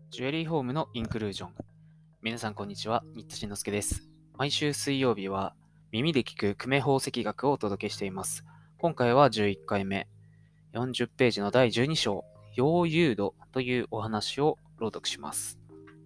ジュエリーホームのインクルージョン。皆さんこんにちは、新田慎之介です。毎週水曜日は耳で聞く久米宝石学をお届けしています。今回は11回目、40ページの第12章、陽遊度というお話を朗読します。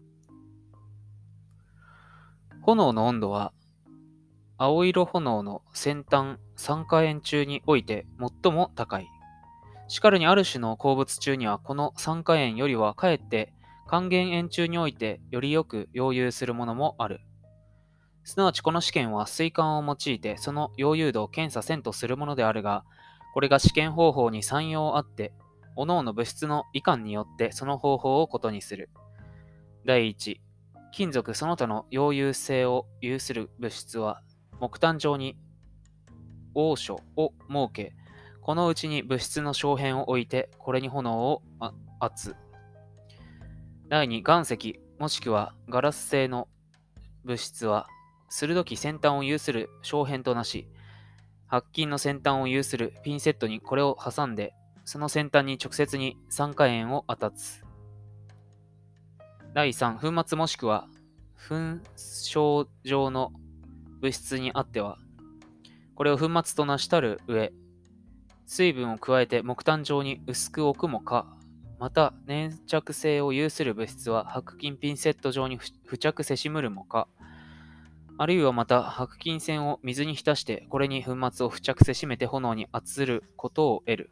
炎の温度は、青色炎の先端酸化円中において最も高い。しかるにある種の鉱物中にはこの酸化塩よりはかえって還元塩中においてよりよく溶融するものもある。すなわちこの試験は水管を用いてその溶融度を検査せんとするものであるが、これが試験方法に3様あって、各々物質の異感によってその方法をことにする。第一、金属その他の溶融性を有する物質は木炭状に応所を設け、このうちに物質の小片を置いて、これに炎を圧。第2、岩石、もしくはガラス製の物質は、鋭き先端を有する小片となし、白金の先端を有するピンセットにこれを挟んで、その先端に直接に酸化塩を当たつ。第3、粉末もしくは粉症状の物質にあっては、これを粉末となしたる上、水分を加えて木炭状に薄く置くもか、また粘着性を有する物質は白金ピンセット状に付着せしむるもか、あるいはまた白金線を水に浸してこれに粉末を付着せしめて炎に圧することを得る。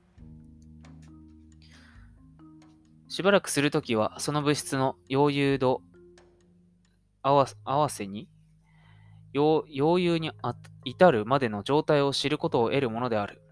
しばらくするときはその物質の溶融度合わせに溶融に至るまでの状態を知ることを得るものである。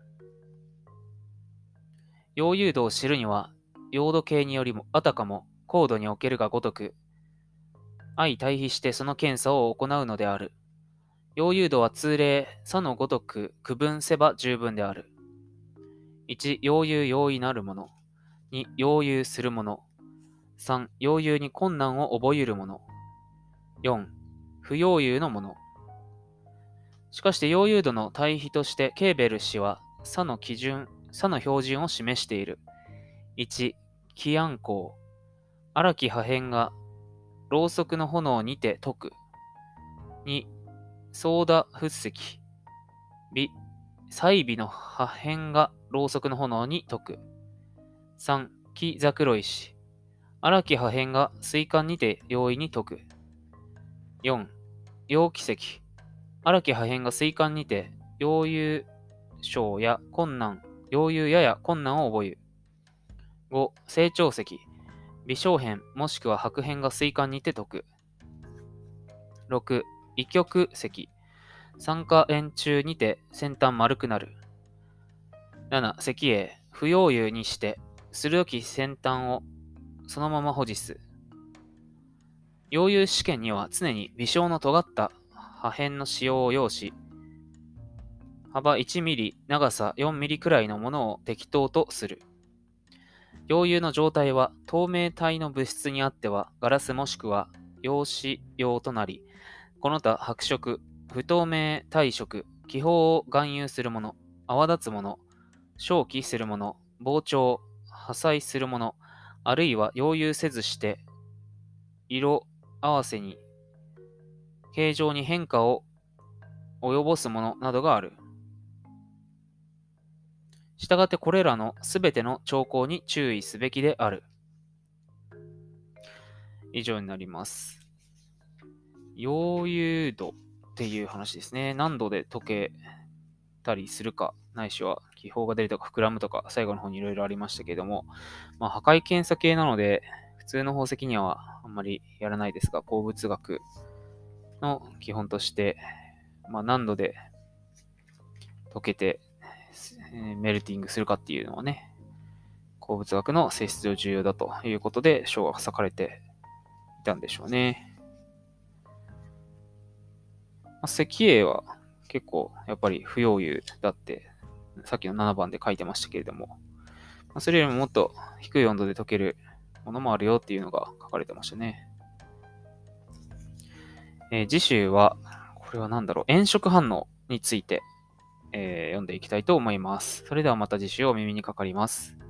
陽遊度を知るには、陽度計によりもあたかも高度におけるがごとく、相対比してその検査を行うのである。陽遊度は通例、差のごとく区分せば十分である。1、陽遊容易なるもの。2、陽遊するもの。3、陽遊に困難を覚えるもの。4、不陽遊のもの。しかして陽遊度の対比としてケーベル氏は差の標準を示している。1、気暗光。荒き破片がろうそくの炎にて溶く。2、ソーダ噴石。細微の破片がろうそくの炎に溶く。3、木桜石。荒き破片が水管にて容易に溶く。4、陽気石。荒き破片が水管にて溶融やや困難を覚える。5、成長石。微小片もしくは白片が水管にて溶く。6、異極石。酸化円柱にて先端丸くなる。7、石英。不溶融にして鋭き先端をそのまま保持す。溶融試験には常に微小の尖った破片の使用を要し、幅1ミリ、長さ4ミリくらいのものを適当とする。溶融の状態は透明体の物質にあってはガラスもしくは陽子用となり、この他白色、不透明体色、気泡を含有するもの、泡立つもの、消気するもの、膨張、破砕するもの、あるいは溶融せずして色合わせに形状に変化を及ぼすものなどがある。したがってこれらのすべての兆候に注意すべきである。以上になります。陽遊度っていう話ですね。何度で解けたりするか、ないしは気泡が出るとか膨らむとか、最後の方にいろいろありましたけれども、破壊検査系なので、普通の宝石にはあんまりやらないですが、鉱物学の基本として、何度で溶けて、メルティングするかっていうのはね、鉱物学の性質上重要だということで、章が割かれていたんでしょうね。石英は結構やっぱり不溶融だって、さっきの7番で書いてましたけれども、それよりももっと低い温度で溶けるものもあるよっていうのが書かれてましたね。次週は、これは炎色反応について、読んでいきたいと思います。それではまた次週お耳にかかります。